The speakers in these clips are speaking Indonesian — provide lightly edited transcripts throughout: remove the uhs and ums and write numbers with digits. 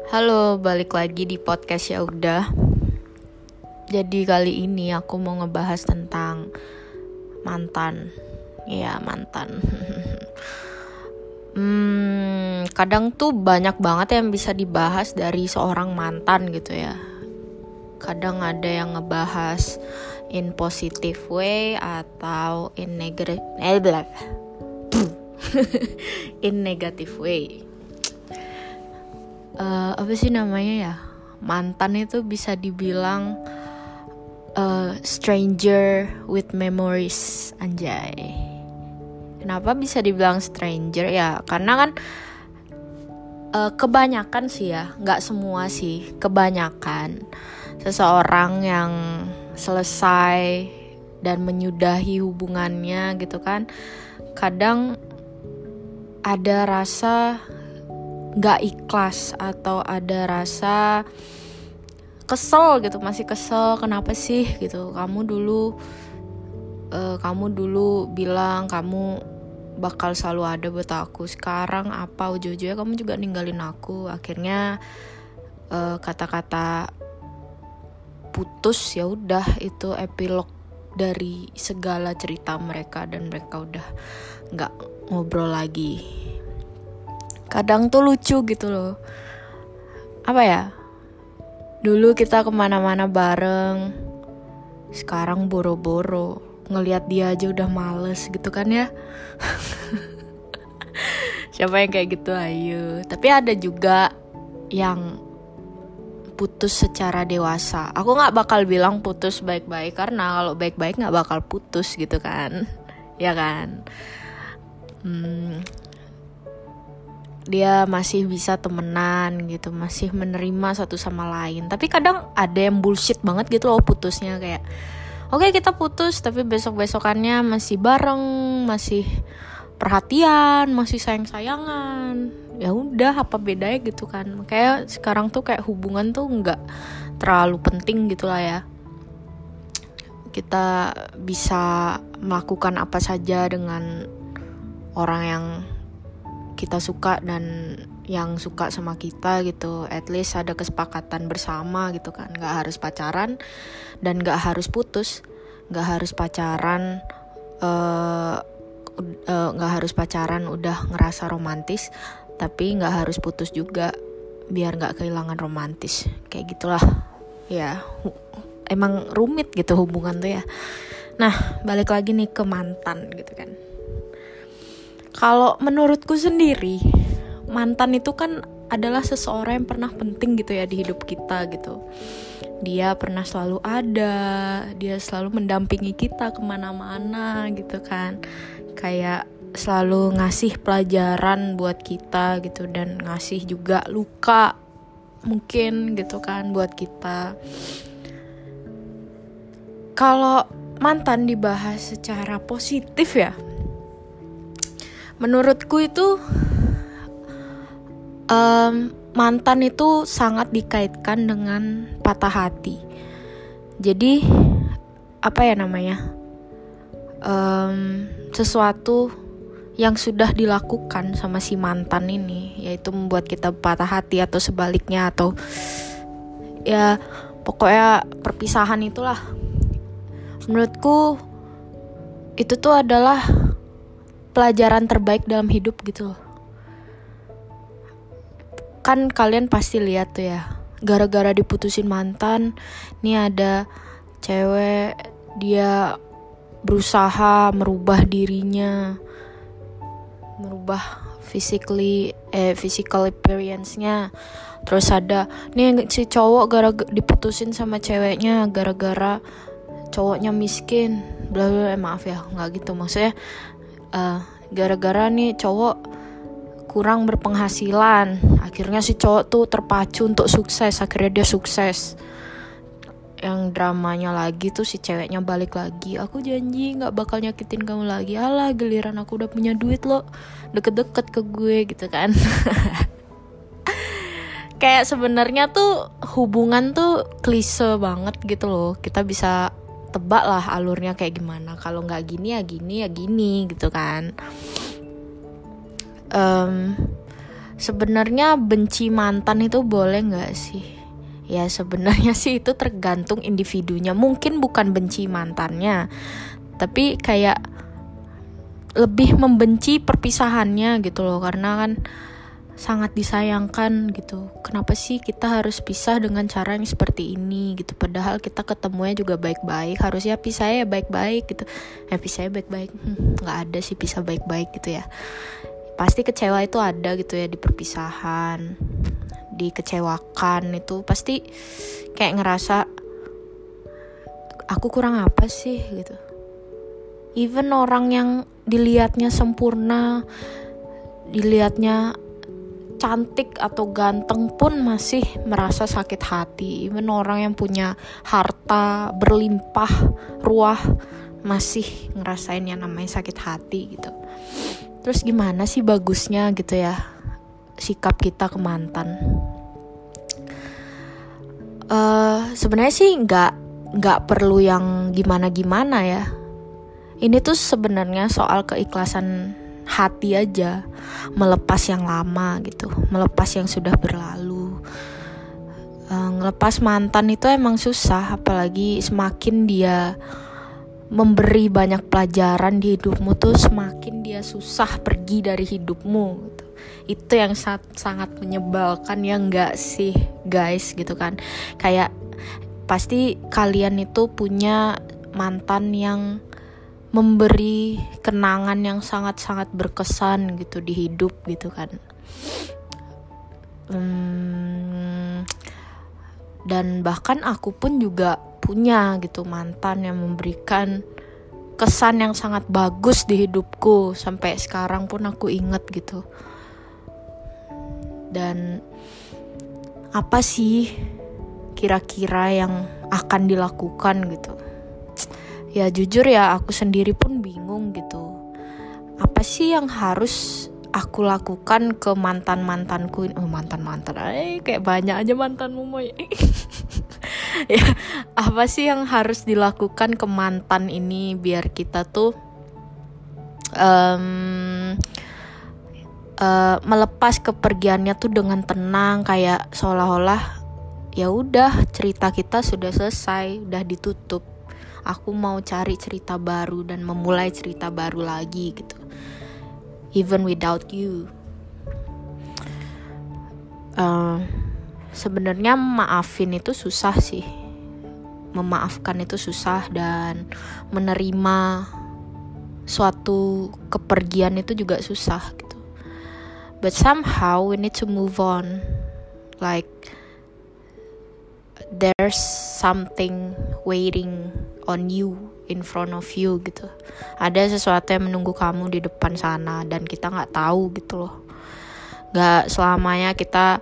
Halo, balik lagi di podcast Ya Udah. Jadi kali ini aku mau ngebahas tentang mantan. Ya, mantan. Kadang tuh banyak banget yang bisa dibahas dari seorang mantan gitu ya. Kadang ada yang ngebahas in positive way atau in negative way. Apa sih namanya ya, mantan itu bisa dibilang stranger with memories, anjay. Kenapa bisa dibilang stranger ya, karena kan kebanyakan sih ya, nggak semua sih, kebanyakan seseorang yang selesai dan menyudahi hubungannya gitu kan, kadang ada rasa gak ikhlas atau ada rasa kesel gitu, masih kesel. Kenapa sih gitu, kamu dulu bilang kamu bakal selalu ada buat aku, sekarang apa ujung-ujungnya kamu juga ninggalin aku. Akhirnya kata-kata putus ya udah, itu epilog dari segala cerita mereka, dan mereka udah gak ngobrol lagi. Kadang tuh lucu gitu loh. Apa ya, dulu kita kemana-mana bareng, sekarang boro-boro. Ngelihat dia aja udah males gitu kan ya. Siapa yang kayak gitu, ayo. Tapi ada juga yang putus secara dewasa. Aku gak bakal bilang putus baik-baik, karena kalau baik-baik gak bakal putus gitu kan. Ya kan. Dia masih bisa temenan gitu, masih menerima satu sama lain. Tapi kadang ada yang bullshit banget gitu loh putusnya, kayak oke, kita putus tapi besok-besokannya masih bareng, masih perhatian, masih sayang-sayangan. Ya udah, apa bedanya gitu kan. Kayak sekarang tuh kayak hubungan tuh nggak terlalu penting gitu lah ya. Kita bisa melakukan apa saja dengan orang yang kita suka dan yang suka sama kita gitu. At least ada kesepakatan bersama gitu kan. Gak harus pacaran dan gak harus putus. Gak harus pacaran udah ngerasa romantis, tapi gak harus putus juga biar gak kehilangan romantis. Kayak gitulah ya. Emang rumit gitu hubungan tuh ya. Nah, balik lagi nih ke mantan gitu kan. Kalau menurutku sendiri, mantan itu kan adalah seseorang yang pernah penting gitu ya di hidup kita gitu. Dia pernah selalu ada, dia selalu mendampingi kita kemana-mana gitu kan. Kayak selalu ngasih pelajaran buat kita gitu, dan ngasih juga luka mungkin gitu kan buat kita. Kalau mantan dibahas secara positif ya, menurutku itu mantan itu sangat dikaitkan dengan patah hati. Jadi apa ya namanya, sesuatu yang sudah dilakukan sama si mantan ini, yaitu membuat kita patah hati atau sebaliknya, atau ya pokoknya perpisahan itulah. Menurutku itu tuh adalah pelajaran terbaik dalam hidup gitu loh. Kan kalian pasti lihat tuh ya, gara-gara diputusin mantan, nih ada cewek, dia berusaha merubah dirinya, merubah physical appearance-nya. Terus ada nih si cowok diputusin sama ceweknya gara-gara cowoknya miskin, bla bla. Maaf ya, nggak gitu maksudnya. Gara-gara nih cowok kurang berpenghasilan, akhirnya si cowok tuh terpacu untuk sukses, akhirnya dia sukses. Yang dramanya lagi tuh si ceweknya balik lagi, aku janji gak bakal nyakitin kamu lagi. Alah, giliran aku udah punya duit lo deket-deket ke gue gitu kan. Kayak sebenarnya tuh hubungan tuh klise banget gitu loh. Kita bisa tebak lah alurnya kayak gimana. Kalau nggak gini ya gini ya gini gitu kan. sebenarnya benci mantan itu boleh nggak sih? Ya sebenarnya sih itu tergantung individunya. Mungkin bukan benci mantannya, tapi kayak lebih membenci perpisahannya gitu loh, karena kan sangat disayangkan gitu. Kenapa sih kita harus pisah dengan cara yang seperti ini gitu, padahal kita ketemunya juga baik-baik, harusnya pisahnya baik-baik gitu. Pisahnya baik-baik, nggak ada sih pisah baik-baik gitu ya. Pasti kecewa itu ada gitu ya di perpisahan, dikecewakan itu pasti kayak ngerasa aku kurang apa sih gitu. Even orang yang dilihatnya sempurna, dilihatnya cantik atau ganteng pun masih merasa sakit hati. Even orang yang punya harta berlimpah ruah masih ngerasain yang namanya sakit hati gitu. Terus gimana sih bagusnya gitu ya sikap kita ke mantan? Sebenarnya sih nggak perlu yang gimana-gimana ya. Ini tuh sebenarnya soal keikhlasan hati aja, melepas yang lama gitu, melepas yang sudah berlalu. Ngelepas mantan itu emang susah, apalagi semakin dia memberi banyak pelajaran di hidupmu tuh semakin dia susah pergi dari hidupmu gitu. Itu yang sangat menyebalkan ya enggak sih guys gitu kan. Kayak pasti kalian itu punya mantan yang memberi kenangan yang sangat-sangat berkesan gitu di hidup gitu kan. Dan bahkan aku pun juga punya gitu mantan yang memberikan kesan yang sangat bagus di hidupku, sampai sekarang pun aku inget gitu. Dan apa sih kira-kira yang akan dilakukan gitu? Ya jujur ya aku sendiri pun bingung gitu. Apa sih yang harus aku lakukan ke mantan-mantanku? Mantan-mantan, kayak banyak aja mantanmu Moy. Ya, apa sih yang harus dilakukan ke mantan ini biar kita tuh melepas kepergiannya tuh dengan tenang, kayak seolah-olah ya udah cerita kita sudah selesai, udah ditutup. Aku mau cari cerita baru dan memulai cerita baru lagi gitu. Even without you. Sebenarnya maafin itu susah sih. Memaafkan itu susah, dan menerima suatu kepergian itu juga susah gitu. But somehow we need to move on. Like there's something waiting on you, in front of you gitu. Ada sesuatu yang menunggu kamu di depan sana, dan kita nggak tahu gitu loh. Nggak selamanya kita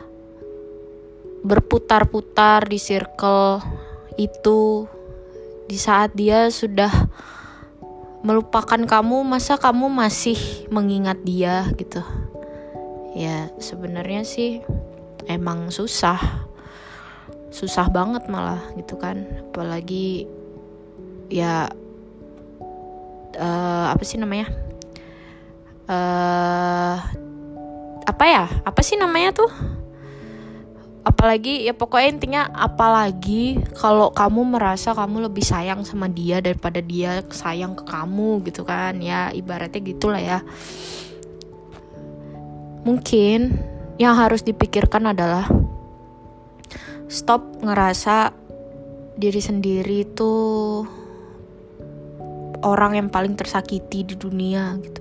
berputar-putar di circle itu. Di saat dia sudah melupakan kamu, masa kamu masih mengingat dia gitu? Ya sebenarnya sih emang susah banget malah gitu kan. Apalagi ya apa sih namanya tuh, apalagi ya pokoknya intinya, apalagi kalau kamu merasa kamu lebih sayang sama dia daripada dia sayang ke kamu gitu kan. Ya ibaratnya gitulah ya. Mungkin yang harus dipikirkan adalah stop ngerasa diri sendiri tuh orang yang paling tersakiti di dunia gitu.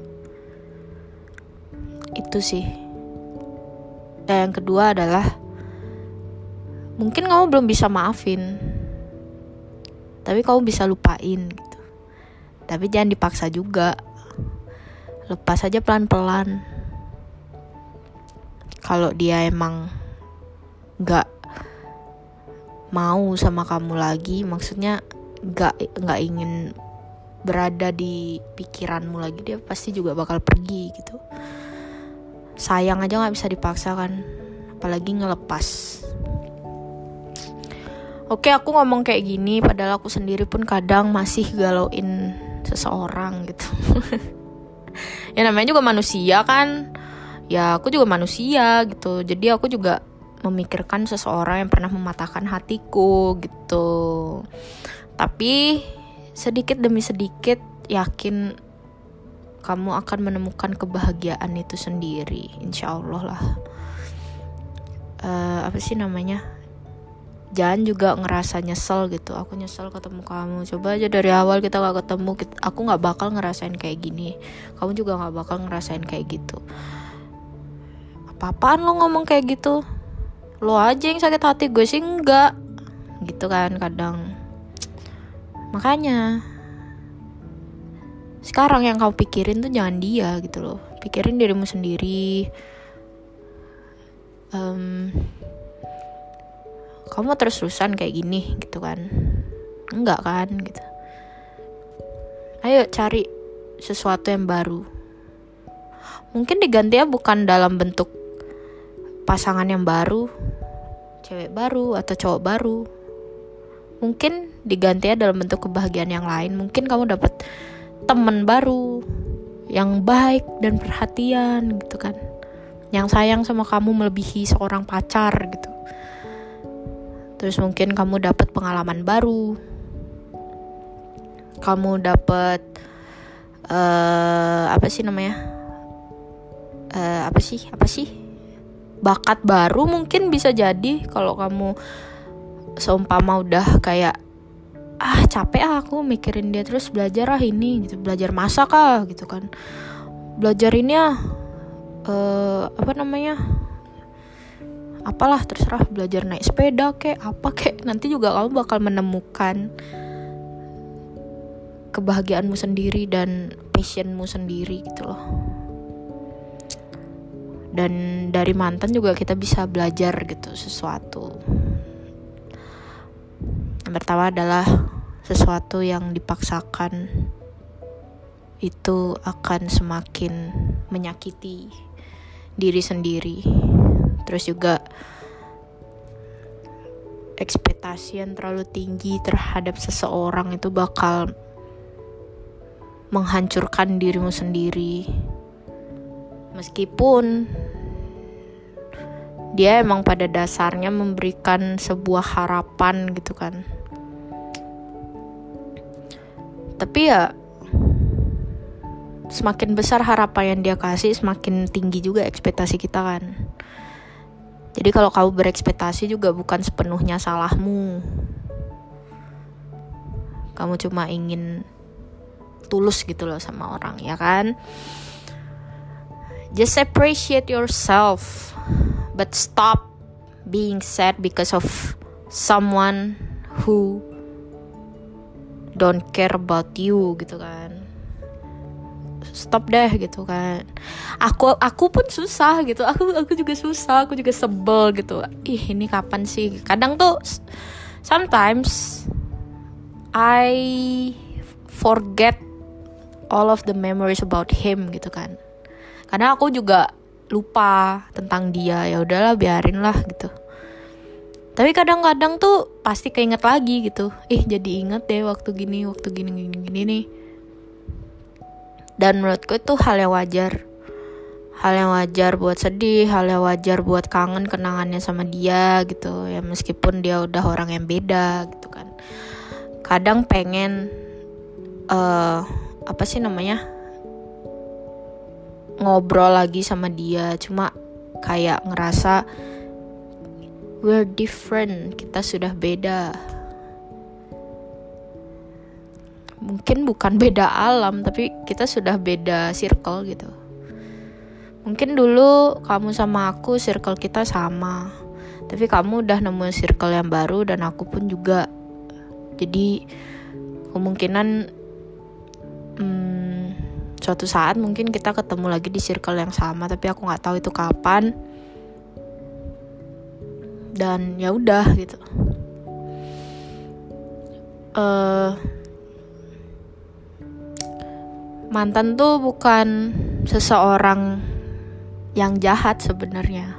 Itu sih. Dan yang kedua adalah mungkin kamu belum bisa maafin, tapi kamu bisa lupain gitu. Tapi jangan dipaksa juga. Lepas aja pelan-pelan. Kalau dia emang gak mau sama kamu lagi, maksudnya gak ingin berada di pikiranmu lagi, dia pasti juga bakal pergi gitu. Sayang aja gak bisa dipaksa kan, apalagi ngelepas. Oke, aku ngomong kayak gini padahal aku sendiri pun kadang masih galauin seseorang gitu. Ya namanya juga manusia kan, ya aku juga manusia gitu. Jadi aku juga memikirkan seseorang yang pernah mematahkan hatiku gitu. Tapi sedikit demi sedikit yakin kamu akan menemukan kebahagiaan itu sendiri, insya Allah lah. Apa sih namanya, jangan juga ngerasa nyesel gitu. Aku nyesel ketemu kamu, coba aja dari awal kita gak ketemu, aku gak bakal ngerasain kayak gini, kamu juga gak bakal ngerasain kayak gitu. Apa-apaan lo ngomong kayak gitu, lo aja yang sakit hati, gue sih enggak gitu kan kadang. Makanya sekarang yang kamu pikirin tuh jangan dia gitu loh, pikirin dirimu sendiri. Kamu terus-terusan kayak gini gitu kan, enggak kan gitu. Ayo cari sesuatu yang baru. Mungkin digantinya bukan dalam bentuk pasangan yang baru, cewek baru atau cowok baru. Mungkin digantinya dalam bentuk kebahagiaan yang lain. Mungkin kamu dapat teman baru yang baik dan perhatian gitu kan, yang sayang sama kamu melebihi seorang pacar gitu. Terus mungkin kamu dapat pengalaman baru, kamu dapat bakat baru. Mungkin bisa jadi kalau kamu seumpama udah kayak capek aku mikirin dia terus, belajar ini gitu, belajar masak gitu kan, belajar ini apalah terserah, belajar naik sepeda nanti juga kamu bakal menemukan kebahagiaanmu sendiri dan passionmu sendiri gitu loh. Dan dari mantan juga kita bisa belajar gitu sesuatu. Yang pertama adalah sesuatu yang dipaksakan itu akan semakin menyakiti diri sendiri. Terus juga ekspektasi yang terlalu tinggi terhadap seseorang itu bakal menghancurkan dirimu sendiri. Meskipun dia emang pada dasarnya memberikan sebuah harapan gitu kan, tapi ya semakin besar harapan yang dia kasih, semakin tinggi juga ekspektasi kita kan. Jadi kalau kamu berekspektasi juga bukan sepenuhnya salahmu. Kamu cuma ingin tulus gitu loh sama orang, ya kan? Just appreciate yourself, but stop being sad because of someone who don't care about you gitu kan. Stop deh gitu kan. Aku pun susah gitu. Aku juga susah, aku juga sebel gitu. Ini kapan sih? Kadang tuh sometimes I forget all of the memories about him gitu kan. Karena aku juga lupa tentang dia. Ya udahlah, biarin lah gitu. Tapi kadang-kadang tuh pasti keinget lagi gitu. Jadi inget deh waktu gini nih. Dan menurutku itu hal yang wajar. Hal yang wajar buat sedih, hal yang wajar buat kangen kenangannya sama dia gitu. Ya meskipun dia udah orang yang beda gitu kan. Kadang pengen ngobrol lagi sama dia, cuma kayak ngerasa we're different, kita sudah beda. Mungkin bukan beda alam, tapi kita sudah beda circle gitu. Mungkin dulu kamu sama aku circle kita sama, tapi kamu udah nemu circle yang baru dan aku pun juga. Jadi kemungkinan suatu saat mungkin kita ketemu lagi di circle yang sama, tapi aku nggak tahu itu kapan. Dan ya udah gitu. Mantan tuh bukan seseorang yang jahat sebenarnya.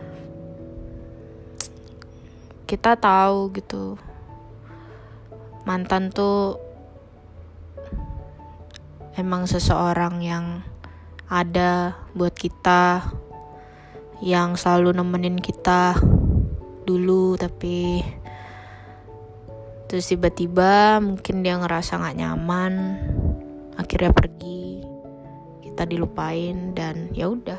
Kita tahu gitu. Mantan tuh emang seseorang yang ada buat kita yang selalu nemenin kita dulu, tapi terus tiba-tiba mungkin dia ngerasa gak nyaman, akhirnya pergi, kita dilupain, dan ya udah.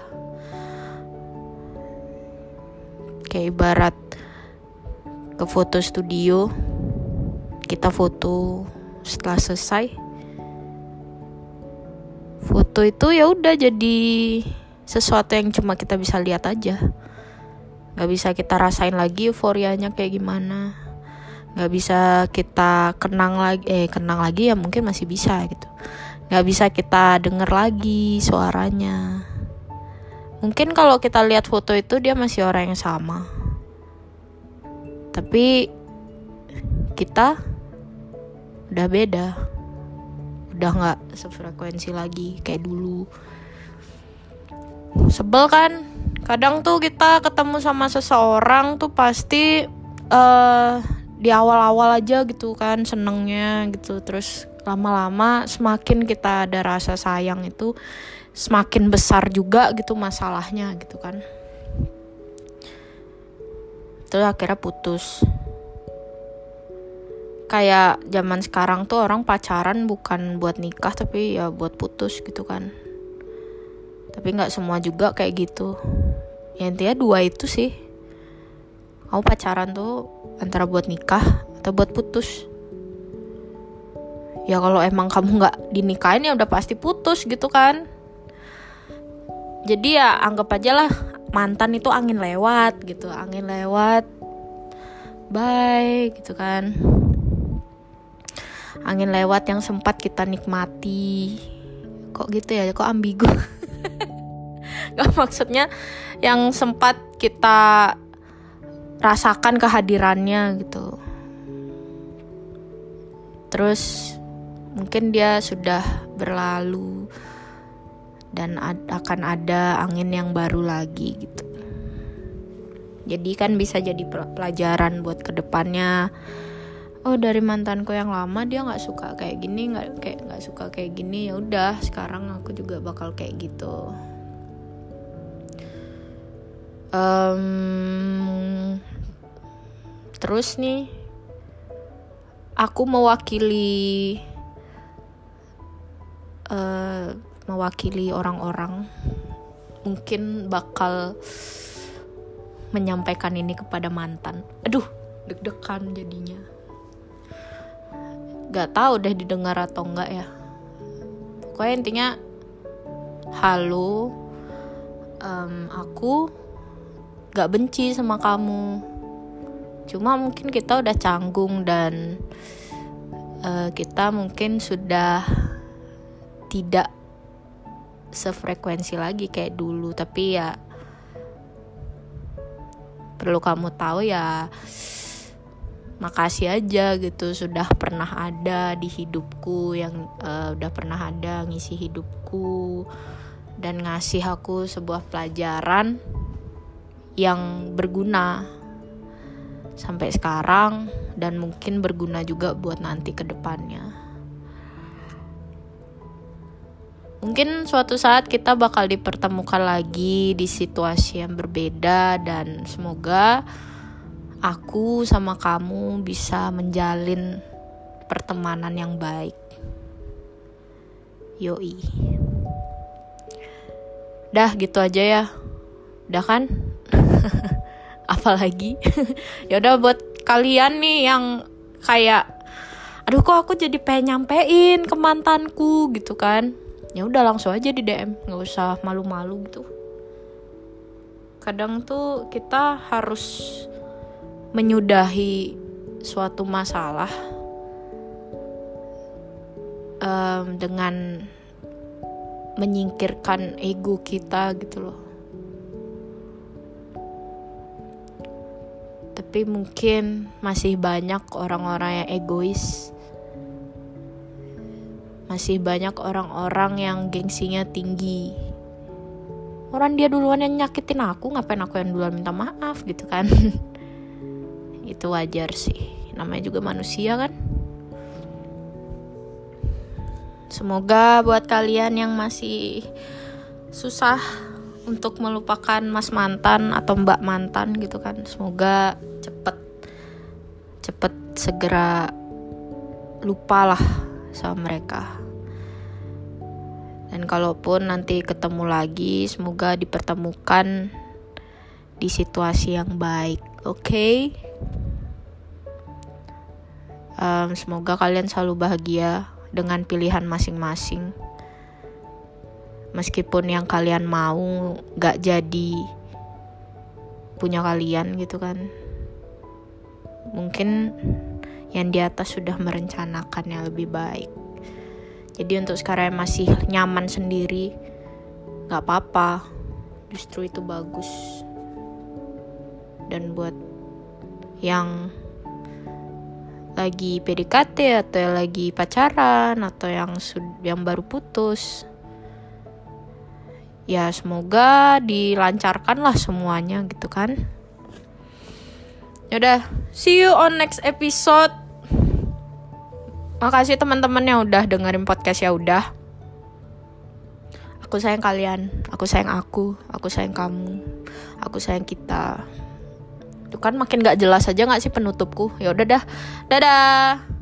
Kayak ibarat ke foto studio, kita foto, setelah selesai foto itu ya udah jadi sesuatu yang cuma kita bisa lihat aja, nggak bisa kita rasain lagi euforianya kayak gimana, nggak bisa kita kenang lagi ya mungkin masih bisa gitu, nggak bisa kita denger lagi suaranya. Mungkin kalau kita lihat foto itu dia masih orang yang sama, tapi kita udah beda, udah nggak sefrekuensi lagi kayak dulu. Sebel kan? Kadang tuh kita ketemu sama seseorang tuh pasti di awal-awal aja gitu kan senengnya gitu, terus lama-lama semakin kita ada rasa sayang itu semakin besar juga gitu masalahnya gitu kan. Terus akhirnya putus. Kayak zaman sekarang tuh orang pacaran bukan buat nikah tapi ya buat putus gitu kan. Tapi gak semua juga kayak gitu. Ya intinya 2 itu sih. Kamu pacaran tuh antara buat nikah atau buat putus. Ya kalau emang kamu gak dinikahin ya udah pasti putus gitu kan. Jadi ya anggap aja lah mantan itu angin lewat gitu, angin lewat, bye gitu kan. Angin lewat yang sempat kita nikmati. Kok gitu ya, kok ambigu. Gak, maksudnya yang sempat kita rasakan kehadirannya gitu. Terus mungkin dia sudah berlalu dan akan ada angin yang baru lagi gitu. Jadi kan bisa jadi pelajaran buat kedepannya. Oh, dari mantanku yang lama dia nggak suka kayak gini, nggak suka kayak gini, ya udah sekarang aku juga bakal kayak gitu. Terus nih aku mewakili orang-orang, mungkin bakal menyampaikan ini kepada mantan. Aduh, deg-degan jadinya. Gak tahu udah didengar atau enggak ya. Pokoknya intinya, halo, aku gak benci sama kamu. Cuma mungkin kita udah canggung dan kita mungkin sudah tidak sefrekuensi lagi kayak dulu. Tapi ya perlu kamu tahu ya, makasih aja gitu sudah pernah ada di hidupku, yang udah pernah ada ngisi hidupku dan ngasih aku sebuah pelajaran yang berguna sampai sekarang dan mungkin berguna juga buat nanti ke depannya. Mungkin suatu saat kita bakal dipertemukan lagi di situasi yang berbeda, dan semoga aku sama kamu bisa menjalin pertemanan yang baik. Yoi. Dah gitu aja ya. Udah kan? Apalagi? Ya udah, buat kalian nih yang kayak, aduh kok aku jadi pengen nyampein ke mantanku gitu kan. Ya udah langsung aja di DM, nggak usah malu-malu gitu. Kadang tuh kita harus menyudahi suatu masalah dengan menyingkirkan ego kita gitu loh. Tapi mungkin masih banyak orang-orang yang egois. Masih banyak orang-orang yang gengsinya tinggi. Orang dia duluan yang nyakitin aku, ngapain aku yang duluan minta maaf gitu kan. Itu wajar sih, namanya juga manusia kan. Semoga buat kalian yang masih susah untuk melupakan mas mantan atau mbak mantan gitu kan. Semoga cepet segera lupalah sama mereka. Dan kalaupun nanti ketemu lagi, semoga dipertemukan di situasi yang baik. Oke? Semoga kalian selalu bahagia dengan pilihan masing-masing. Meskipun yang kalian mau gak jadi punya kalian gitu kan. Mungkin yang di atas sudah merencanakan yang lebih baik. Jadi untuk sekarang masih nyaman sendiri, gak apa-apa. Justru itu bagus. Dan buat yang lagi PDKT atau yang lagi pacaran atau yang baru putus, ya semoga dilancarkan lah semuanya gitu kan. Yaudah, see you on next episode. Makasih teman-teman yang udah dengerin podcast ya udah. Aku sayang kalian, aku sayang aku sayang kamu, aku sayang kita. Itu kan makin gak jelas aja gak sih penutupku. Ya udah dah. Dadah.